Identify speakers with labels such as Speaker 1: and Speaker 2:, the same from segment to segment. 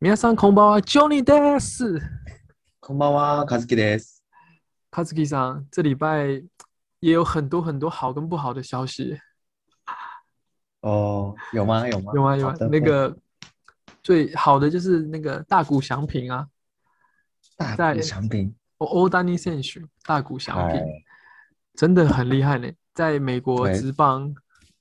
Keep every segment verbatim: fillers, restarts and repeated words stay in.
Speaker 1: 皆さんこんばんは，Johnny です。
Speaker 2: こんばんは、和樹です。
Speaker 1: Kazuki さん，这礼拜也有很多很多好跟不好的消息。
Speaker 2: 哦，有吗？有吗？
Speaker 1: 有吗？有吗？
Speaker 2: 好的坏的，
Speaker 1: 那个最好的就是那个大谷翔平啊，
Speaker 2: 大谷
Speaker 1: 在
Speaker 2: 翔平，
Speaker 1: 欧丹尼选手大谷翔平
Speaker 2: 嗨，
Speaker 1: 真的很厉害呢，在美国
Speaker 2: 对
Speaker 1: 职棒。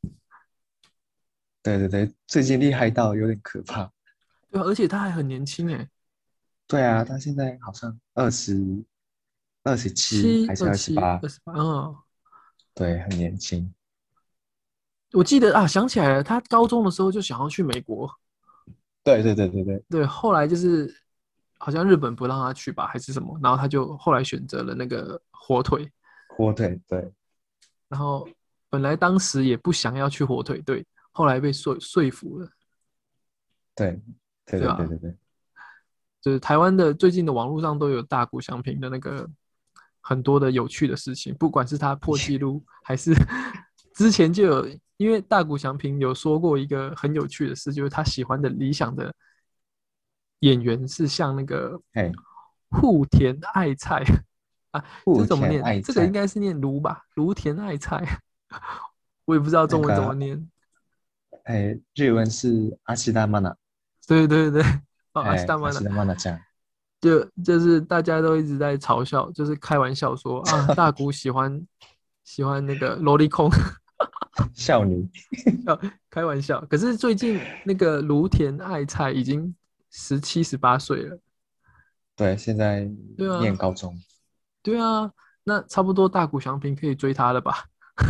Speaker 2: 对对对，最近厉害到有点可怕。
Speaker 1: 对啊，而且他还很年轻哎，
Speaker 2: 对啊，他现在好像二十二十七
Speaker 1: 七二
Speaker 2: 还是二十八？
Speaker 1: 七二十八，嗯，
Speaker 2: 对，很年轻。
Speaker 1: 我记得啊，想起来了，他高中的时候就想要去美国，
Speaker 2: 对对对对对，
Speaker 1: 对，后来就是好像日本不让他去吧，还是什么，然后他就后来选择了那个火腿，
Speaker 2: 火腿，对
Speaker 1: 然后本来当时也不想要去火腿队，后来被说说服了，
Speaker 2: 对对
Speaker 1: 对吧？
Speaker 2: 对对对对，
Speaker 1: 就是台湾的最近的网络上都有大谷翔平的那个很多的有趣的事情，不管是他破纪录，还是之前就有，因为大谷翔平有说过一个很有趣的事，就是他喜欢的理想的演员是像那个
Speaker 2: 嘿，
Speaker 1: 户田爱菜啊，这
Speaker 2: 户田
Speaker 1: 怎么念？
Speaker 2: 爱菜，
Speaker 1: 这个应该是念卢吧，卢田爱菜，我也不知道中文怎么
Speaker 2: 那个，
Speaker 1: 念。
Speaker 2: 哎，日文是阿西达玛纳，
Speaker 1: 对对对，哦，阿西
Speaker 2: 哎，
Speaker 1: 达玛呢，
Speaker 2: 阿西达玛纳酱，
Speaker 1: 就就是大家都一直在嘲笑，就是开玩笑说啊，大谷喜欢喜欢那个萝莉控，
Speaker 2: 少女，
Speaker 1: 要开玩笑。可是最近那个芦田爱菜已经十七十八岁了，
Speaker 2: 对，现在
Speaker 1: 对啊，
Speaker 2: 念高中。
Speaker 1: 对啊，那差不多大谷翔平可以追他了吧？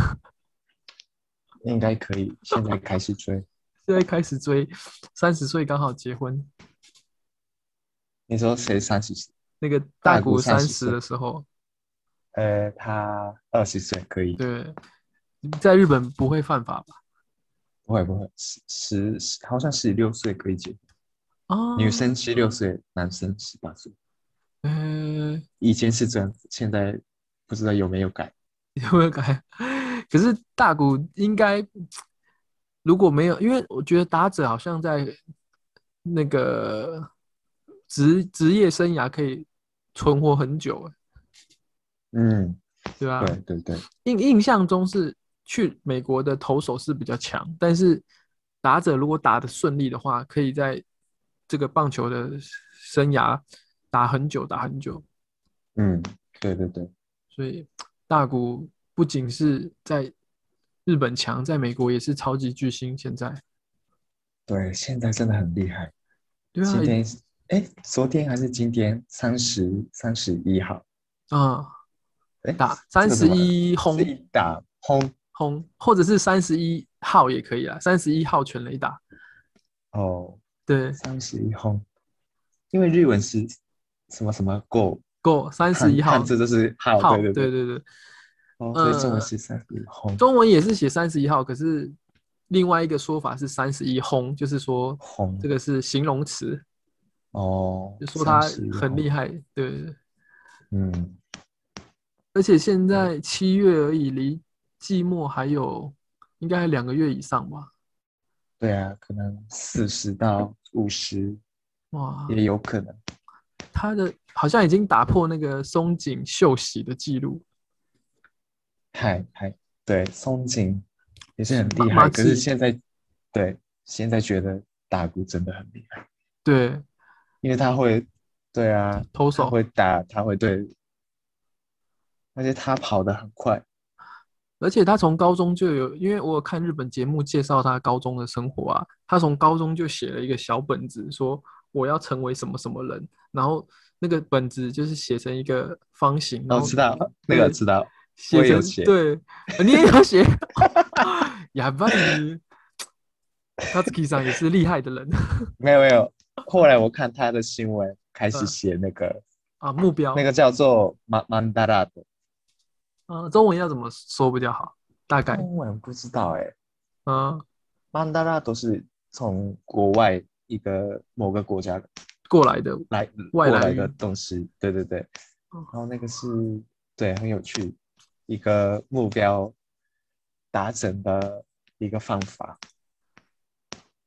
Speaker 2: 应该可以，现在开始追。
Speaker 1: 现在开始追，三十岁刚好结婚，
Speaker 2: 你说谁三十岁？
Speaker 1: 那个大
Speaker 2: 大谷
Speaker 1: 谷三十
Speaker 2: 三十岁，
Speaker 1: 的时候，
Speaker 2: 呃，他二十岁可以，
Speaker 1: 对，在日本不会犯法吧？
Speaker 2: 不会不会，十十好像十六岁可以结婚，女
Speaker 1: 啊，
Speaker 2: 生十六岁，男生十八岁。
Speaker 1: 呃，
Speaker 2: 以前是这样子，现在不知道有没有改。
Speaker 1: 有没有改？可是大谷应该如果没有，因为我觉得打者好像在那个职职业生涯可以存活很久欸，
Speaker 2: 嗯，
Speaker 1: 对吧？
Speaker 2: 对对对，
Speaker 1: 印印象中是去美国的投手是比较强，但是打者如果打得顺利的话，可以在这个棒球的生涯打很久，打很久。
Speaker 2: 嗯，对对对
Speaker 1: 所以大谷不仅是在日本强，在美国也是超级巨星。现在，
Speaker 2: 对，现在真的很厉害。
Speaker 1: 对啊，
Speaker 2: 今天，哎，昨天还是今天？三十三十一号，
Speaker 1: 啊、
Speaker 2: 哎，
Speaker 1: 打三十
Speaker 2: 这个怎么
Speaker 1: 一轰
Speaker 2: 是一打轰？
Speaker 1: 轰，或者是三十一号也可以啊，三十一号全垒打。
Speaker 2: 哦，
Speaker 1: 对，
Speaker 2: 三十一轰，因为日文是什么什么 go，
Speaker 1: 够三十一号
Speaker 2: 汉汉字都是号，对
Speaker 1: 号，
Speaker 2: 对对，
Speaker 1: 对对对，
Speaker 2: 哦，所以中文
Speaker 1: 呃，
Speaker 2: 是三十一轰
Speaker 1: 中文也是写三十一号，可是另外一个说法是三十一轰，就是说
Speaker 2: 轰，
Speaker 1: 这个是形容词，
Speaker 2: 哦，三
Speaker 1: 就说他
Speaker 2: 十一轰，
Speaker 1: 很厉害。对，
Speaker 2: 嗯，
Speaker 1: 而且现
Speaker 2: 对
Speaker 1: 在七月而已，离季末还有应该还两个月以上吧？
Speaker 2: 对啊，可能四十到五十
Speaker 1: 哇，
Speaker 2: 也有可能，
Speaker 1: 他的好像已经打破那个松井秀喜的记录。
Speaker 2: 嗨嗨，对，松井也是很
Speaker 1: 马
Speaker 2: 厉害，可是
Speaker 1: 马季，
Speaker 2: 现在，对，现在觉得大谷真的很厉害，
Speaker 1: 对，
Speaker 2: 因为他会，对啊，他
Speaker 1: 投手，
Speaker 2: 会打，他会对，而且他跑得很快，
Speaker 1: 而且他从高中就有，因为我有看日本节目介绍他高中的生活啊，他从高中就写了一个小本子，说我要成为什么什么人，然后那个本子就是写成一个方形，然后
Speaker 2: 我知道那个
Speaker 1: 对，
Speaker 2: 知道，我
Speaker 1: 写
Speaker 2: 也有写。
Speaker 1: 成对，呃你也要写，やばい，Katsuki さん也是厉害的人，
Speaker 2: 没有没有，后来我看他的新闻，开始
Speaker 1: 嗯
Speaker 2: 写那个
Speaker 1: 啊，目标，
Speaker 2: 那个叫做曼曼达拉的，
Speaker 1: 嗯，中文要怎么说比较好？大概，
Speaker 2: 中文不知道哎，
Speaker 1: 嗯，
Speaker 2: 曼达拉都是从国外一个某个国家
Speaker 1: 过来的
Speaker 2: 来过来的
Speaker 1: 外来语，
Speaker 2: 东西，对对对，然
Speaker 1: 哦
Speaker 2: 后那个是对很有趣，一个目标达成的一个方法，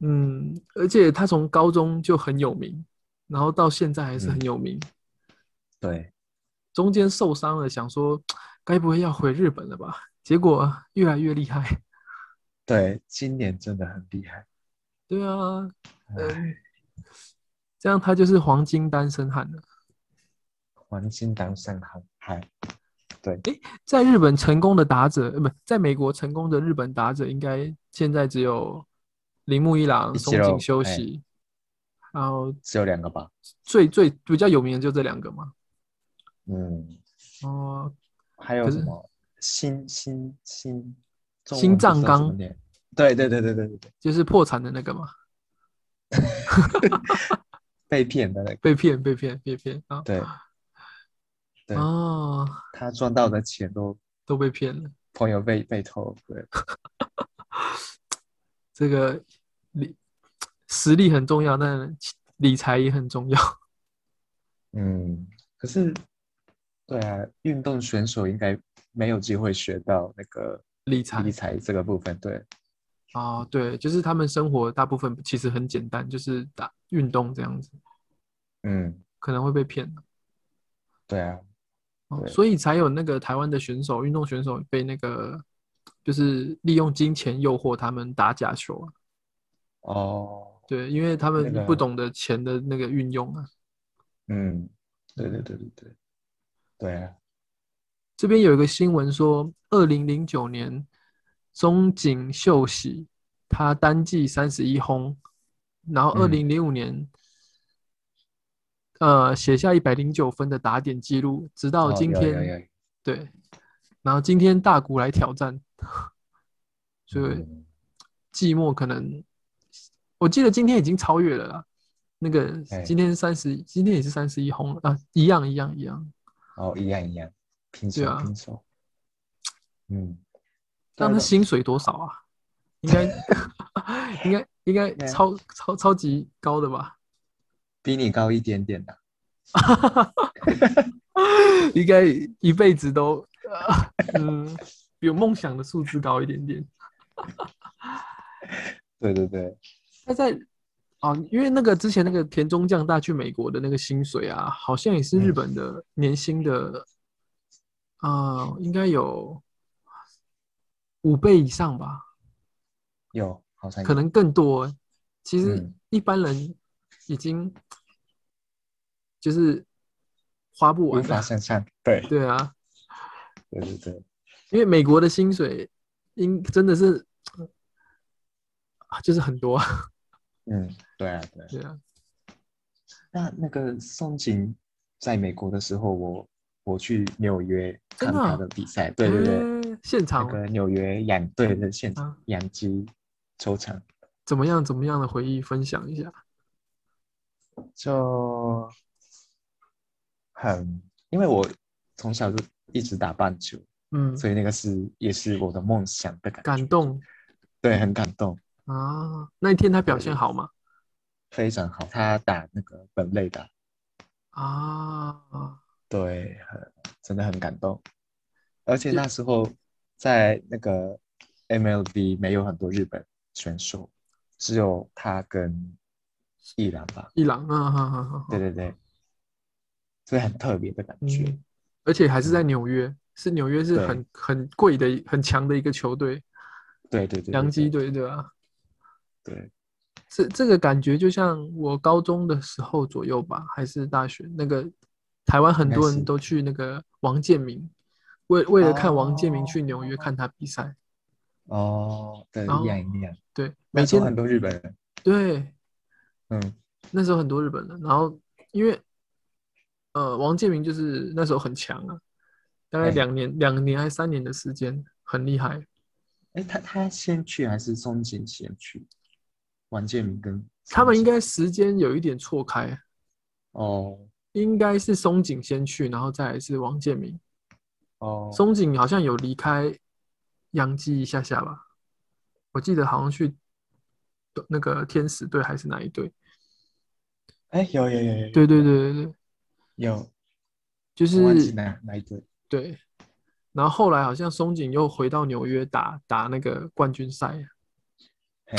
Speaker 1: 嗯，而且他从高中就很有名，然后到现在还是很
Speaker 2: 嗯，
Speaker 1: 有名。
Speaker 2: 对
Speaker 1: 中间受伤了，想说该不会要回日本了吧？结果越来越厉害。
Speaker 2: 对，今年真的很厉害。
Speaker 1: 对啊，嗯，
Speaker 2: 唉，
Speaker 1: 这样他就是黄金单身汉了。
Speaker 2: 黄金当上航海，对，
Speaker 1: 在日本成功的打者，呃，不，在美国成功的日本打者，应该现在只有铃木一朗、
Speaker 2: 一肌
Speaker 1: 松井
Speaker 2: 肉，哎，
Speaker 1: 秀喜，然后
Speaker 2: 只有两个吧。
Speaker 1: 最最比较有名的就这两个嘛。
Speaker 2: 嗯，
Speaker 1: 哦，
Speaker 2: 还有
Speaker 1: 可是
Speaker 2: 什么新新新，中
Speaker 1: 新
Speaker 2: 文不知道怎么
Speaker 1: 藏纲
Speaker 2: 念。对对对对对对对，
Speaker 1: 就是破产的那个嘛，
Speaker 2: 被骗的那个，
Speaker 1: 被骗、被骗、被骗啊。
Speaker 2: 对对，
Speaker 1: 哦，
Speaker 2: 他赚到的钱都
Speaker 1: 都被骗了。
Speaker 2: 朋友被被偷，对，
Speaker 1: 这个理实力很重要，但理财也很重要。
Speaker 2: 嗯，可是对啊，运动选手应该没有机会学到那个
Speaker 1: 理财
Speaker 2: 理财这个部分，对，
Speaker 1: 啊，对，就是他们生活大部分其实很简单，就是打运动这样子，
Speaker 2: 嗯，
Speaker 1: 可能会被骗的
Speaker 2: 对啊，
Speaker 1: 哦，
Speaker 2: 对，
Speaker 1: 所以才有那个台湾的选手，运动选手被那个就是利用金钱诱惑他们打假球啊。
Speaker 2: 哦，
Speaker 1: 对，因为他们不
Speaker 2: 那个，
Speaker 1: 懂得钱的那个运用啊。
Speaker 2: 嗯，对对
Speaker 1: 嗯，
Speaker 2: 对对对，对啊，
Speaker 1: 这边有一个新闻说，二零零九年中井秀喜他单季三十一轰，然后二
Speaker 2: 嗯，
Speaker 1: 零零五年呃写下一百零九分的打点记录，直到
Speaker 2: 哦，
Speaker 1: 今天，
Speaker 2: 有有有，
Speaker 1: 对，然后今天大谷来挑战，所以
Speaker 2: 嗯，
Speaker 1: 季末可能我记得今天已经超越了啦。那个
Speaker 2: 哎，
Speaker 1: 今天三十，今天也是三十一轰了啊，一样一样一样，
Speaker 2: 哦，一样一样，平手
Speaker 1: 对啊。
Speaker 2: 平手，嗯，对啊，对啊，
Speaker 1: 但他薪水多少啊？应该应该应该
Speaker 2: 那
Speaker 1: 超超超级高的吧？
Speaker 2: 比你高一点点的，
Speaker 1: 应该一辈子都呃嗯，比我梦想的数字高一点点。
Speaker 2: 对对对，
Speaker 1: 他在啊，因为那个之前那个田中将大去美国的那个薪水啊，好像也是日
Speaker 2: 嗯，
Speaker 1: 本的年薪的啊、应该有五倍以上吧，
Speaker 2: 有，好像有，
Speaker 1: 可能更多欸。其实
Speaker 2: 嗯，
Speaker 1: 一般人已经就是花不
Speaker 2: 无
Speaker 1: 完的。
Speaker 2: 法想象，对
Speaker 1: 对啊，
Speaker 2: 对对对，
Speaker 1: 因为美国的薪水应真的是啊就是很多啊。
Speaker 2: 嗯，对啊对啊。
Speaker 1: 对啊，
Speaker 2: 那那个宋锦在美国的时候，我我去纽约看他
Speaker 1: 真的啊，
Speaker 2: 的比赛，
Speaker 1: 哎，
Speaker 2: 对对对，
Speaker 1: 现场
Speaker 2: 那个纽约洋队的现
Speaker 1: 啊，
Speaker 2: 洋基球场，
Speaker 1: 怎么样怎么样的回忆分享一下？
Speaker 2: 就很，因为我从小就一直打棒球，
Speaker 1: 嗯，
Speaker 2: 所以那个是也是我的梦想的感觉，
Speaker 1: 感动
Speaker 2: 对，很感动，
Speaker 1: 啊。那一天他表
Speaker 2: 对对，
Speaker 1: 现好吗？
Speaker 2: 非常好。他打那个本垒打，
Speaker 1: 啊，
Speaker 2: 对，很真的很感动。而且
Speaker 1: 就
Speaker 2: 那时候在那个 M L B 没有很多日本选手，只有他跟伊朗吧。
Speaker 1: 伊朗啊，哈哈哈哈，
Speaker 2: 对对对，所以很特别的感觉。
Speaker 1: 嗯，而且还是在
Speaker 2: 嗯，
Speaker 1: 纽约，是纽约是
Speaker 2: 对
Speaker 1: 很很贵的、很强的一个球队，
Speaker 2: 对对对对对
Speaker 1: 洋基队，对吧？
Speaker 2: 对，
Speaker 1: 这这个感觉就像我高中的时候左右吧，还是大学那个台湾很多人
Speaker 2: 应该是
Speaker 1: 都去那个王建民，为为了看王建民去纽约
Speaker 2: 哦
Speaker 1: 看他比赛，
Speaker 2: 哦，对，一样
Speaker 1: 然后
Speaker 2: 一样。
Speaker 1: 对每天
Speaker 2: 那时候很多日本人，
Speaker 1: 对
Speaker 2: 嗯，
Speaker 1: 那时候很多日本人，然后因为呃王建民就是那时候很强啊，大概
Speaker 2: 哎
Speaker 1: 两年两年还三年的时间很厉害，
Speaker 2: 哎，他他先去还是松井先去？王建民跟松井。
Speaker 1: 他们应该时间有一点错开，
Speaker 2: 哦
Speaker 1: 应该是松井先去，然后再来是王建民。
Speaker 2: 哦，
Speaker 1: 松井好像有离开洋基一下下吧，我记得好像去那个天使队还是哪一队？
Speaker 2: 哎，有有有有有
Speaker 1: 对对
Speaker 2: 有
Speaker 1: 对对对，
Speaker 2: 有，
Speaker 1: 就是
Speaker 2: 我忘记哪哪一队。
Speaker 1: 对。然后后来好像松井又回到纽约打打那个冠军赛，
Speaker 2: 嘿，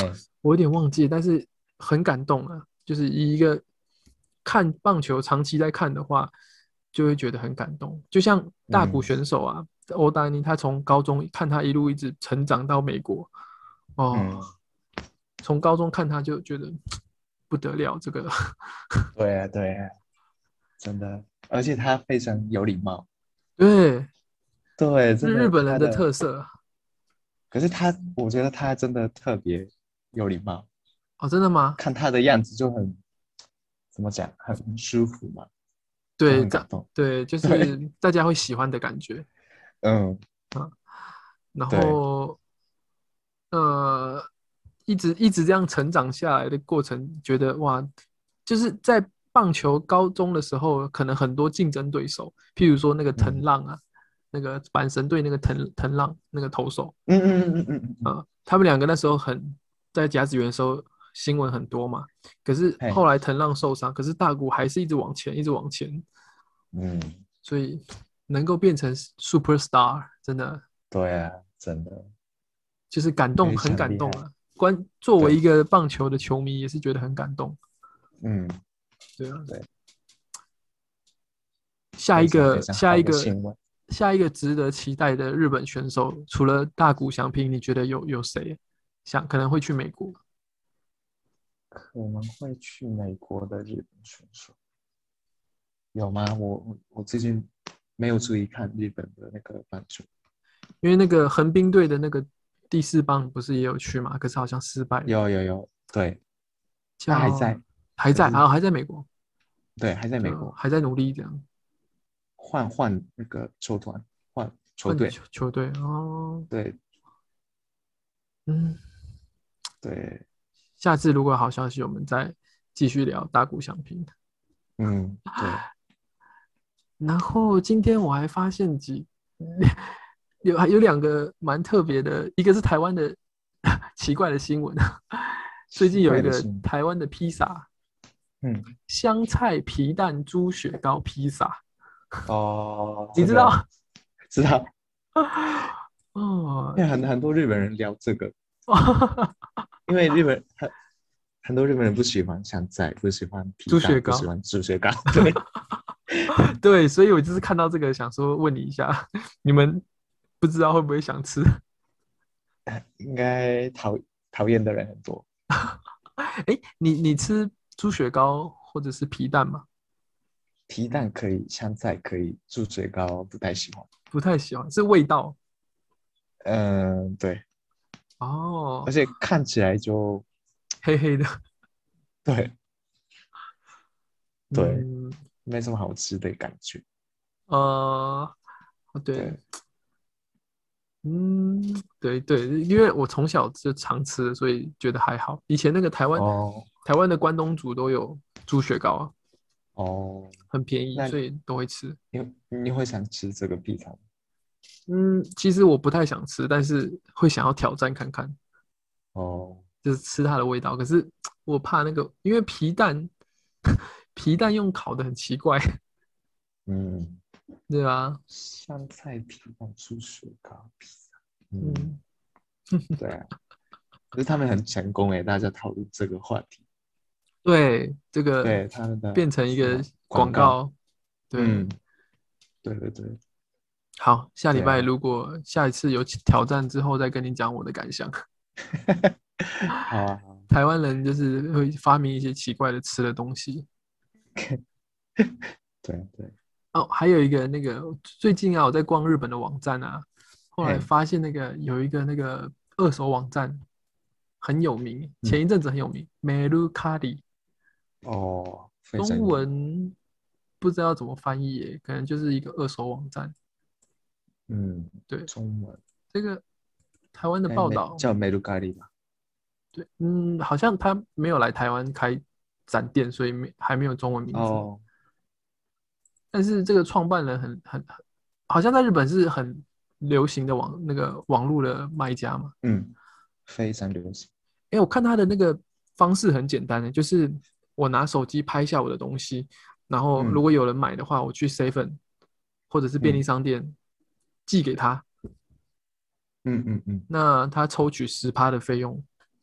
Speaker 1: 我有点忘记，但是很感动啊，就是以一个看棒球长期在看的话，就会觉得很感动。就像大谷
Speaker 2: 嗯
Speaker 1: 选手啊，欧丹尼，他从高中看他一路一直成长到美国，哦，
Speaker 2: 嗯，
Speaker 1: 从高中看他就觉得不得了，这个
Speaker 2: 对啊对啊，真的，而且他非常有礼貌。
Speaker 1: 对
Speaker 2: 对，真
Speaker 1: 日日
Speaker 2: 的，
Speaker 1: 本人的
Speaker 2: 他的，
Speaker 1: 特色
Speaker 2: 可是他，我觉得他真的特别有礼貌，
Speaker 1: 哦，真的吗？
Speaker 2: 看他的样子就很，怎么讲，很舒服嘛，就
Speaker 1: 对，这样
Speaker 2: 很感动。
Speaker 1: 对，就
Speaker 2: 对，
Speaker 1: 是大家会喜欢的感觉。
Speaker 2: 嗯，
Speaker 1: 然
Speaker 2: 对，
Speaker 1: 后呃，一直一直这样成长下来的过程，觉得哇，就是在棒球高中的时候，可能很多竞争对手，譬如说那个藤
Speaker 2: 嗯
Speaker 1: 浪啊，那个阪神队那个藤藤浪那个投手，
Speaker 2: 嗯嗯嗯嗯嗯嗯，
Speaker 1: 啊，他们两个那时候很在甲子园的时候新闻很多嘛，可是后
Speaker 2: 嘿，
Speaker 1: 来藤浪受伤，可是大谷还是一直往前，一直往前，
Speaker 2: 嗯，
Speaker 1: 所以能够变成 super star，真的
Speaker 2: 对啊，真的
Speaker 1: 就是感动，
Speaker 2: 非
Speaker 1: 很
Speaker 2: 常厉害。
Speaker 1: 感动啊。关作为
Speaker 2: 对，
Speaker 1: 一个棒球的球迷，也是觉得很感动。
Speaker 2: 嗯，
Speaker 1: 对啊，
Speaker 2: 对，
Speaker 1: 下一
Speaker 2: 非常非
Speaker 1: 个
Speaker 2: 常好
Speaker 1: 下一个
Speaker 2: 的新闻。
Speaker 1: 下一个值得期待的日本选手，除了大谷翔平，你觉得有有谁想可能会去美国？
Speaker 2: 可能会去美国的日本选手有吗？我我我最近没有注意看日本的那个棒球。
Speaker 1: 因为那个横滨队的那个第四棒不是也有去嘛？可是好像失败了，
Speaker 2: 有有有，对，他还
Speaker 1: 叫
Speaker 2: 在，
Speaker 1: 还在，
Speaker 2: 可是
Speaker 1: 还还在美国，
Speaker 2: 对还在美国
Speaker 1: 就还在努力这样
Speaker 2: 换换那个球团换球队。
Speaker 1: 换球球队哦。
Speaker 2: 对
Speaker 1: 嗯，
Speaker 2: 对，
Speaker 1: 下次如果有好消息，我们再继续聊大谷翔平。
Speaker 2: 嗯对，
Speaker 1: 然后今天我还发现几有有两个蛮特别的，一个是台湾的奇怪的新闻，最
Speaker 2: 奇
Speaker 1: 近有一个
Speaker 2: 怪的新
Speaker 1: 台湾的披萨，
Speaker 2: 嗯
Speaker 1: 香菜皮蛋猪血糕披萨，
Speaker 2: 哦，
Speaker 1: 你知道？
Speaker 2: 这个知道，
Speaker 1: 哦，
Speaker 2: 因为很很多日本人聊这个，因为日本很很多日本人不喜欢香菜，不喜欢皮
Speaker 1: 猪血
Speaker 2: 蛋，不喜
Speaker 1: 糕，
Speaker 2: 欢猪血糕。对，
Speaker 1: 对，所以我就是看到这个，想说问你一下，你们不知道会不会想吃？
Speaker 2: 应该讨讨厌的人很多。
Speaker 1: 哎，你你吃猪血糕或者是皮蛋吗？
Speaker 2: 皮蛋可以，香菜可以，猪血糕不太喜欢。
Speaker 1: 不太喜欢，是味道
Speaker 2: 嗯，对，而
Speaker 1: 哦，
Speaker 2: 且看起来就
Speaker 1: 黑黑的，
Speaker 2: 对对，
Speaker 1: 嗯
Speaker 2: 没什么好吃的感觉。
Speaker 1: 呃，对，
Speaker 2: 对，
Speaker 1: 嗯，对对，因为我从小就常吃，所以觉得还好。以前那个台湾
Speaker 2: 哦
Speaker 1: 台湾的关东煮都有猪血糕啊，
Speaker 2: 哦，
Speaker 1: 很便宜，
Speaker 2: 那
Speaker 1: 所以都会吃。
Speaker 2: 你你会想吃这个披萨吗？
Speaker 1: 嗯，其实我不太想吃，但是会想要挑战看看，
Speaker 2: 哦，
Speaker 1: 就是吃它的味道。可是我怕那个，因为皮蛋皮蛋用烤的很奇怪，
Speaker 2: 嗯，
Speaker 1: 对吧？
Speaker 2: 香菜皮蛋猪血糕披萨，嗯，
Speaker 1: 嗯，
Speaker 2: 对啊，可是他们很成功诶，大家讨论这个话题，
Speaker 1: 对，这个
Speaker 2: 对他们的
Speaker 1: 变成一个
Speaker 2: 什么广告，
Speaker 1: 广告，对。
Speaker 2: 嗯，对对对
Speaker 1: 好，下礼
Speaker 2: 对啊，
Speaker 1: 拜如果下一次有挑战之后，再跟你讲我的感想。
Speaker 2: 好啊，好啊
Speaker 1: 台湾人就是会发明一些奇怪的吃的东西。
Speaker 2: 对对，
Speaker 1: 哦，还有一个那个最近啊，我在逛日本的网站啊，后来
Speaker 2: 嘿，
Speaker 1: 发现那个有一个那个二手网站很有名，前
Speaker 2: 嗯，
Speaker 1: 一阵子很有名 m e r u c a r i
Speaker 2: 哦，非常
Speaker 1: 中
Speaker 2: 有名，
Speaker 1: 文不知道怎么翻译耶，可能就是一个二手网站。
Speaker 2: 嗯，
Speaker 1: 对，
Speaker 2: 中文，
Speaker 1: 这个台湾的
Speaker 2: 哎，美
Speaker 1: 报道，
Speaker 2: 叫美露咖喱吧？
Speaker 1: 对，嗯，好像他没有来台湾开展店，所以没还没有中文名字。
Speaker 2: 哦，
Speaker 1: 但是这个创办人很很很，好像在日本是很流行的网那个网络的卖家嘛。
Speaker 2: 嗯，非常流行，
Speaker 1: 因为我看他的那个方式很简单的，就是我拿手机拍下我的东西，然后如
Speaker 2: 嗯
Speaker 1: 果有人买的话，我去 seven 或者是便利
Speaker 2: 嗯
Speaker 1: 商店寄给他，
Speaker 2: 嗯嗯嗯，
Speaker 1: 那他抽取十趴的费用，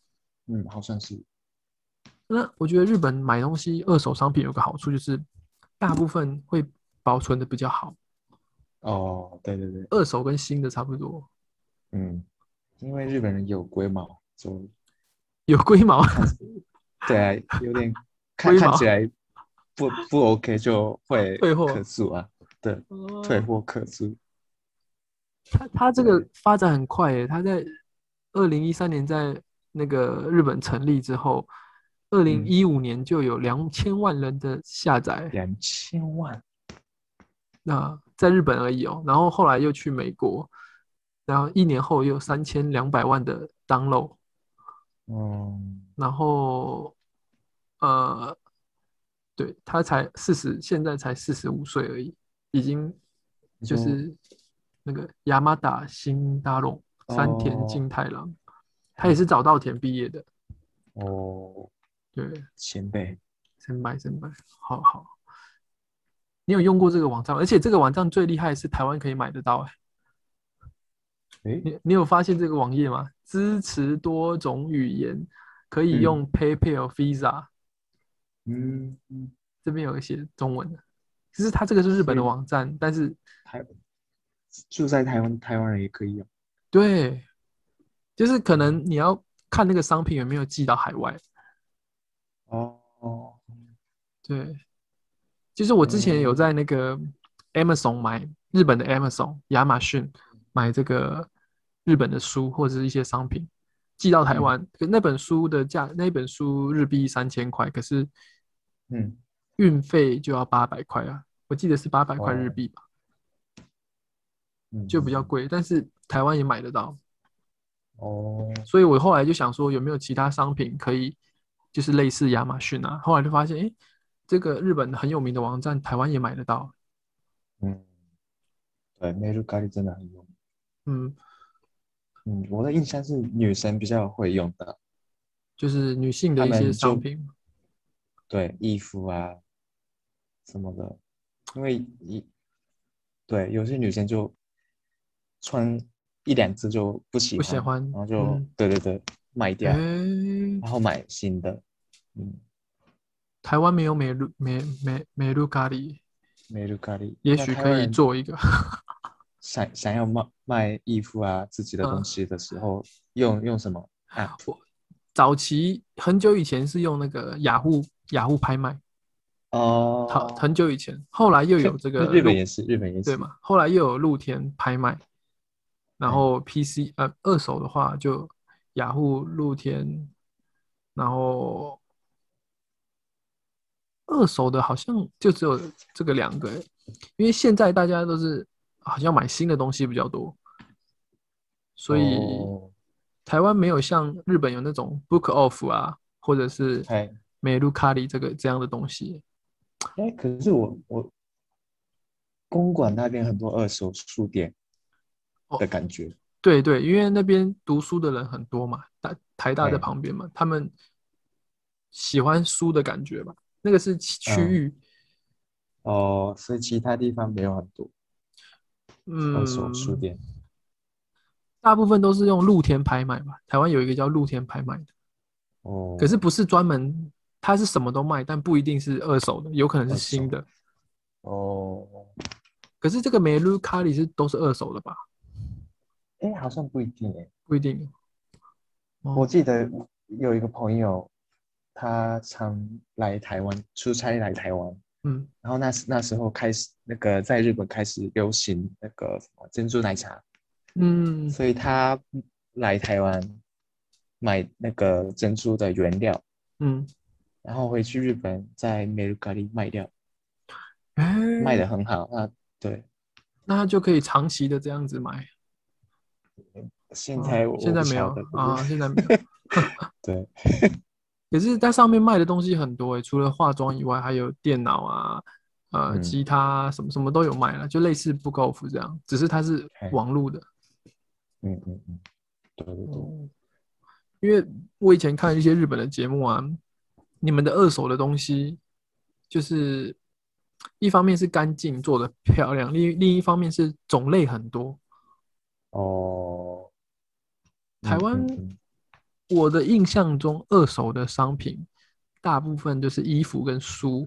Speaker 2: 嗯，好像是。
Speaker 1: 那我觉得日本买东西二手商品有个好处就是大部分会保存的比较好，
Speaker 2: 哦，对对对，
Speaker 1: 二手跟新的差不多。
Speaker 2: 嗯，因为日本人有龟毛，就
Speaker 1: 有龟毛，
Speaker 2: 看起，对啊，有点看
Speaker 1: 龟毛
Speaker 2: 看起来不不 OK 就会
Speaker 1: 退货。
Speaker 2: 客诉啊，对，退
Speaker 1: 哦，
Speaker 2: 货客诉，
Speaker 1: 他他这个
Speaker 2: 对，
Speaker 1: 发展很快耶，他在二零一三年在那个日本成立之后，二零
Speaker 2: 嗯，
Speaker 1: 一五年就有两千万人的下载。
Speaker 2: 两千万，
Speaker 1: 那在日本而已哦，然后后来又去美国，然后一年后又有三千两百万的 download，
Speaker 2: 嗯，
Speaker 1: 然后呃，对，他才四十，现在才四十五岁而已，已经
Speaker 2: 你说
Speaker 1: 就是那个亚麻达新大龙山田
Speaker 2: 哦，
Speaker 1: 金太郎，他也
Speaker 2: 嘿，
Speaker 1: 是早稻田毕业的。
Speaker 2: 哦，
Speaker 1: 对，
Speaker 2: 前辈，
Speaker 1: 先拜先拜，好好，你有用过这个网站吗？而且这个网站最厉害的是台湾可以买得到，哎，
Speaker 2: 诶，
Speaker 1: 你你有发现这个网页吗？支持多种语言，可以
Speaker 2: 嗯
Speaker 1: 用 PayPal、Visa，
Speaker 2: 嗯嗯，
Speaker 1: 这边有一些中文的。其实它这个是日本的
Speaker 2: 所以
Speaker 1: 网站，但是
Speaker 2: 台住在台湾，台湾人也可以用，
Speaker 1: 对，就是可能你要看那个商品有没有寄到海外。
Speaker 2: 哦哦，
Speaker 1: 对，就是我之前有
Speaker 2: 嗯
Speaker 1: 在那个 Amazon 买日本的 Amazon 亚马逊买这个日本的书或者是一些商品寄到台
Speaker 2: 嗯
Speaker 1: 湾，可那本书的价那本书日币三千块，可是
Speaker 2: 嗯，
Speaker 1: 运费就要八百块啊，我记得是八百块日
Speaker 2: 哦，
Speaker 1: 币吧，
Speaker 2: 嗯
Speaker 1: 就比
Speaker 2: 嗯嗯，
Speaker 1: 较贵，但是台湾也买得到，
Speaker 2: 哦，
Speaker 1: 所以我后来就想说有没有其他商品可以就是类似亚马逊啊，后来就发现，诶，这个日本很有名的网站台湾也买得到，
Speaker 2: 嗯，对，美露咖喱真的很用。
Speaker 1: 嗯。
Speaker 2: 嗯，我的印象是女生比较会用的，
Speaker 1: 就是女性的
Speaker 2: 她
Speaker 1: 一些
Speaker 2: 们就
Speaker 1: 商品。
Speaker 2: 对衣服啊什么的，因为一对有些女生就穿一两次就不喜
Speaker 1: 不喜
Speaker 2: 欢，
Speaker 1: 欢，
Speaker 2: 然后就
Speaker 1: 嗯，
Speaker 2: 对对对卖掉，
Speaker 1: 诶，
Speaker 2: 然后买新的。嗯，
Speaker 1: 台湾没有美露美美美露咖喱，
Speaker 2: 美露咖喱，那
Speaker 1: 也许可
Speaker 2: 台湾人
Speaker 1: 以做一个，
Speaker 2: 想想要卖卖衣服啊自己的东
Speaker 1: 嗯，
Speaker 2: 西的时候，用用什么 app？
Speaker 1: 我早期很久以前是用那个雅虎雅虎拍卖，好
Speaker 2: 哦，
Speaker 1: 很久以前，后来又有这
Speaker 2: 那
Speaker 1: 个露，
Speaker 2: 日本也是，日本也是。
Speaker 1: 对嘛，后来又有露天拍卖，然
Speaker 2: 哎，
Speaker 1: 后 P C 呃二手的话就雅虎露天，然后二手的好像就只有这个两个欸，因为现在大家都是好像买新的东西比较多，所以
Speaker 2: 哦，
Speaker 1: 台湾没有像日本有那种 Book Off 啊，或者是
Speaker 2: 哎，
Speaker 1: 美露卡里这个这样的东西。
Speaker 2: 哎，可是我我公馆那边很多二手书店
Speaker 1: 哦，
Speaker 2: 的感觉。
Speaker 1: 对对，因为那边读书的人很多嘛，大台大在
Speaker 2: 哎，
Speaker 1: 旁边嘛，他们喜欢书的感觉吧，那个是区
Speaker 2: 嗯，
Speaker 1: 域，
Speaker 2: 哦，所以其他地方没有很多二手书
Speaker 1: 嗯，
Speaker 2: 店。
Speaker 1: 大部分都是用露天拍卖吧。台湾有一个叫露天拍卖的。可是
Speaker 2: 哦，
Speaker 1: 不是专门，它是什么都卖，但不一定是二手的，有可能是
Speaker 2: 二手。
Speaker 1: 新的。
Speaker 2: 哦，
Speaker 1: 可是这个梅鲁卡里是都是二手的吧？
Speaker 2: 哎，好像不一定哎。
Speaker 1: 不一定哦。
Speaker 2: 我记得有一个朋友，他常来台湾出差来台湾，
Speaker 1: 嗯
Speaker 2: 然后那时那时候开始那个在日本开始流行那个什么珍珠奶茶，
Speaker 1: 嗯，
Speaker 2: 所以他来台湾买那个珍珠的原料，
Speaker 1: 嗯，
Speaker 2: 然后回去日本在美露咖喱卖掉，卖
Speaker 1: 哎，
Speaker 2: 的很好。那对，
Speaker 1: 那他就可以长期的这样子买哦。
Speaker 2: 现在我
Speaker 1: 现在没有
Speaker 2: 我不晓得，可是
Speaker 1: 啊，现在没有。
Speaker 2: 对，
Speaker 1: 可是它上面卖的东西很多诶，除了化妆以外，还有电脑啊、呃
Speaker 2: 嗯，
Speaker 1: 吉他啊什么什么都有卖了，就类似 Bookoff 这样，只是它是
Speaker 2: 哎，
Speaker 1: 网路的。
Speaker 2: 嗯嗯嗯，对对对，
Speaker 1: 哦，因为我以前看一些日本的节目啊，你们的二手的东西，就是一方面是干净做的漂亮，另另一方面是种类很多。
Speaker 2: 哦，
Speaker 1: 台湾
Speaker 2: 嗯嗯嗯，
Speaker 1: 我的印象中，二手的商品大部分就是衣服跟书。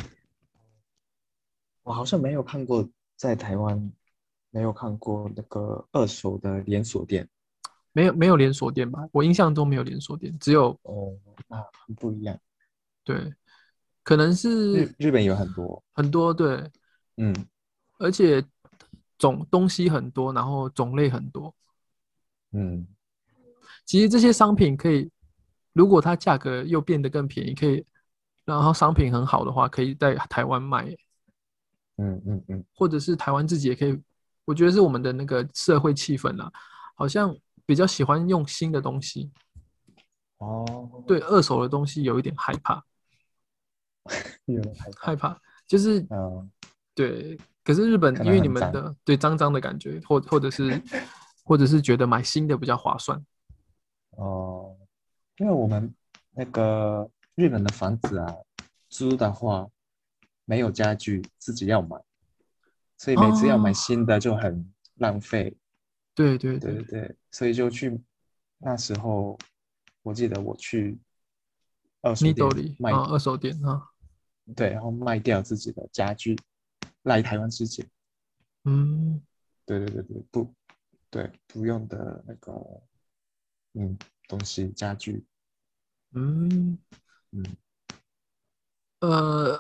Speaker 2: 我好像没有看过，在台湾没有看过那个二手的连锁店。
Speaker 1: 没有没有连锁店吧？我印象中没有连锁店，只有
Speaker 2: 哦，那很不一样。
Speaker 1: 对，可能是
Speaker 2: 日日本有很多。
Speaker 1: 很多对，
Speaker 2: 嗯
Speaker 1: 而且种东西很多，然后种类很多。
Speaker 2: 嗯
Speaker 1: 其实这些商品可以，如果它价格又变得更便宜，可以，然后商品很好的话，可以在台湾卖，
Speaker 2: 嗯嗯嗯。
Speaker 1: 或者是台湾自己也可以。我觉得是我们的那个社会气氛啊，好像比较喜欢用新的东西，
Speaker 2: 哦，
Speaker 1: 对二手的东西有一点害怕，
Speaker 2: 有点害怕。
Speaker 1: 害怕就是
Speaker 2: 嗯，
Speaker 1: 对。可是日本
Speaker 2: 可
Speaker 1: 因为你
Speaker 2: 能很脏。
Speaker 1: 们的对脏脏的感觉，或或者是或者是觉得买新的比较划算。
Speaker 2: 哦，因为我们那个日本的房子啊，租的话没有家具，自己要买，所以每次要买
Speaker 1: 哦，
Speaker 2: 新的就很浪费。
Speaker 1: 对对对
Speaker 2: 对对对，所以就去那时候，我记得我去二手店
Speaker 1: ，Nido 里
Speaker 2: 卖，
Speaker 1: 啊，二手店啊，
Speaker 2: 对，然后卖掉自己的家具来台湾之前。
Speaker 1: 嗯
Speaker 2: 对对对对，不对，不用的那个嗯东西家具。
Speaker 1: 嗯，
Speaker 2: 嗯。
Speaker 1: 呃，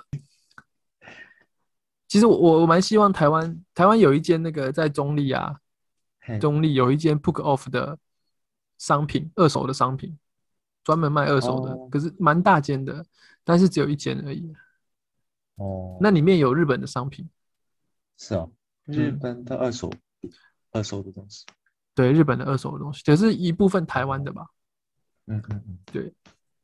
Speaker 1: 其实我我我蛮希望台湾台湾有一间那个在中立啊，
Speaker 2: 嘿。
Speaker 1: 中立有一间 Book Off 的商品，二手的商品，专门卖二手的，
Speaker 2: 哦
Speaker 1: 可是蛮大间的，但是只有一间而已。那
Speaker 2: 哦，
Speaker 1: 里面有日本的商品，
Speaker 2: 是哦，日
Speaker 1: 嗯，
Speaker 2: 本的二手二手的东西。
Speaker 1: 对，日本的二手的东西，只是一部分台湾的吧。
Speaker 2: 嗯嗯嗯，
Speaker 1: 对，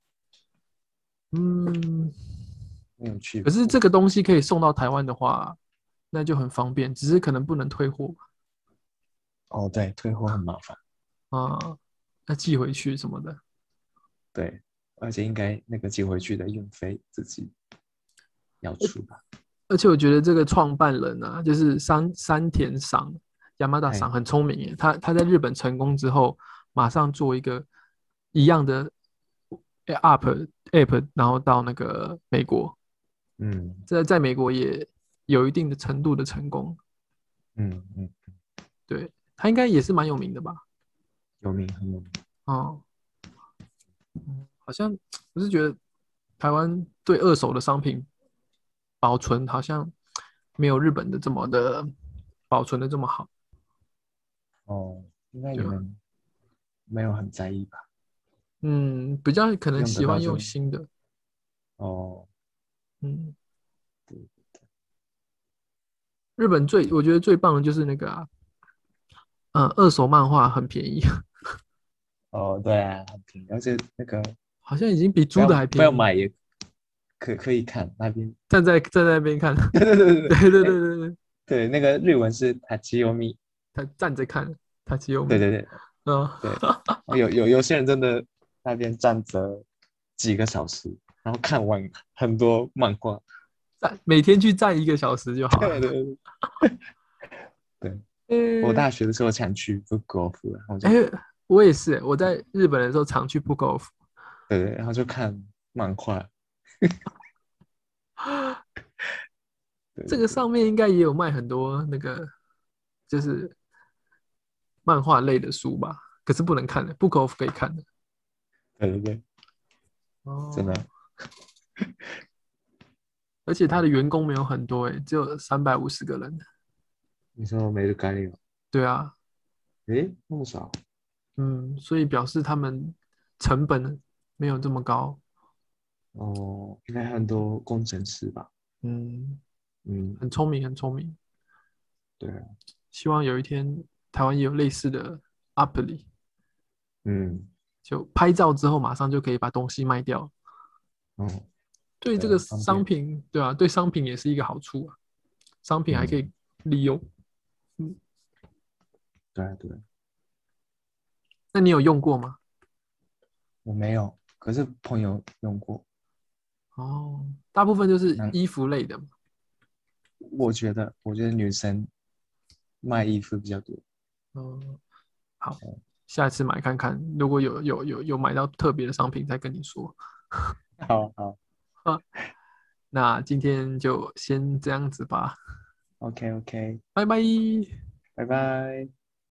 Speaker 1: 嗯，
Speaker 2: 没有去
Speaker 1: 可是
Speaker 2: 过。
Speaker 1: 这个东西可以送到台湾的话，那就很方便，只是可能不能退货
Speaker 2: 哦，对，退货很麻烦。
Speaker 1: 啊，要寄回去什么的。
Speaker 2: 对，而且应该那个寄回去的运费自己要出吧？
Speaker 1: 而且我觉得这个创办人啊，就是山山田赏、亚麻达
Speaker 2: 嘿。
Speaker 1: 赏很聪明耶。他他在日本成功之后，马上做一个一样的 app app，然后到那个美国，
Speaker 2: 嗯
Speaker 1: 在在美国也有一定的程度的成功。
Speaker 2: 嗯嗯，
Speaker 1: 对，他应该也是蛮有名的吧？
Speaker 2: 有名很有名。
Speaker 1: 哦，好像我是觉得台湾对二手的商品保存好像没有日本的这么的保存的这么好，
Speaker 2: 哦，应该你
Speaker 1: 对吧？
Speaker 2: 们没有很在意吧？
Speaker 1: 嗯，比较可能
Speaker 2: 用得
Speaker 1: 喜欢
Speaker 2: 到就
Speaker 1: 用新的，
Speaker 2: 哦。
Speaker 1: 嗯，
Speaker 2: 对。
Speaker 1: 日本最我觉得最棒的就是那个啊，呃，二手漫画很便宜，
Speaker 2: 哦，对啊，很便宜，而且那个
Speaker 1: 好像已经比租
Speaker 2: 不要
Speaker 1: 的还便宜。
Speaker 2: 不要买也可可以看那边。
Speaker 1: 站在站在那边看，
Speaker 2: 对对对对
Speaker 1: 对对对
Speaker 2: 对。哎，
Speaker 1: 对对，
Speaker 2: 对，那个日文是塔奇欧米。
Speaker 1: 他站着看，他只有米，
Speaker 2: 对对对
Speaker 1: 嗯，
Speaker 2: 对。有有有些人真的那边站着几个小时，然后看完很多漫画。
Speaker 1: 站每天去站一个小时就好了。
Speaker 2: 对对对对。我
Speaker 1: 嗯，
Speaker 2: 大学的时候常去 book off，然后
Speaker 1: 哎，
Speaker 2: 就
Speaker 1: 我也是，我在日本的时候常去 Book Off，
Speaker 2: 对对，然后就看漫画。对对对
Speaker 1: 这个上面应该也有卖很多那个就是漫画类的书吧，可是不能看的，Book Off 可以看的。
Speaker 2: 对对对，真
Speaker 1: 哦，
Speaker 2: 的。
Speaker 1: 而且他的员工没有很多，诶，只有三百五十个人。
Speaker 2: 你说没得干了？
Speaker 1: 对啊，
Speaker 2: 诶，那么少？
Speaker 1: 嗯，所以表示他们成本没有这么高。
Speaker 2: 哦，应该很多工程师吧？
Speaker 1: 嗯，
Speaker 2: 嗯，
Speaker 1: 很聪明，很聪明。
Speaker 2: 对啊。
Speaker 1: 希望有一天台湾也有类似的 App 里，
Speaker 2: 嗯。
Speaker 1: 就拍照之后马上就可以把东西卖掉。
Speaker 2: 哦，
Speaker 1: 对这个
Speaker 2: 对啊，方便。
Speaker 1: 商品，对啊，对商品也是一个好处啊。商品还可以
Speaker 2: 嗯，
Speaker 1: 利用。嗯，
Speaker 2: 对啊对啊。
Speaker 1: 那你有用过吗？
Speaker 2: 我没有，可是朋友用过。
Speaker 1: 哦，大部分就是
Speaker 2: 那
Speaker 1: 衣服类的嘛。
Speaker 2: 我觉得，我觉得女生卖衣服比较多。
Speaker 1: 嗯，好， 下次买看看，如果有有有有买到特别的商品再跟你说。
Speaker 2: 好好
Speaker 1: 啊，那今天就先这样子吧，
Speaker 2: ，OK OK，
Speaker 1: 拜拜。
Speaker 2: 拜拜。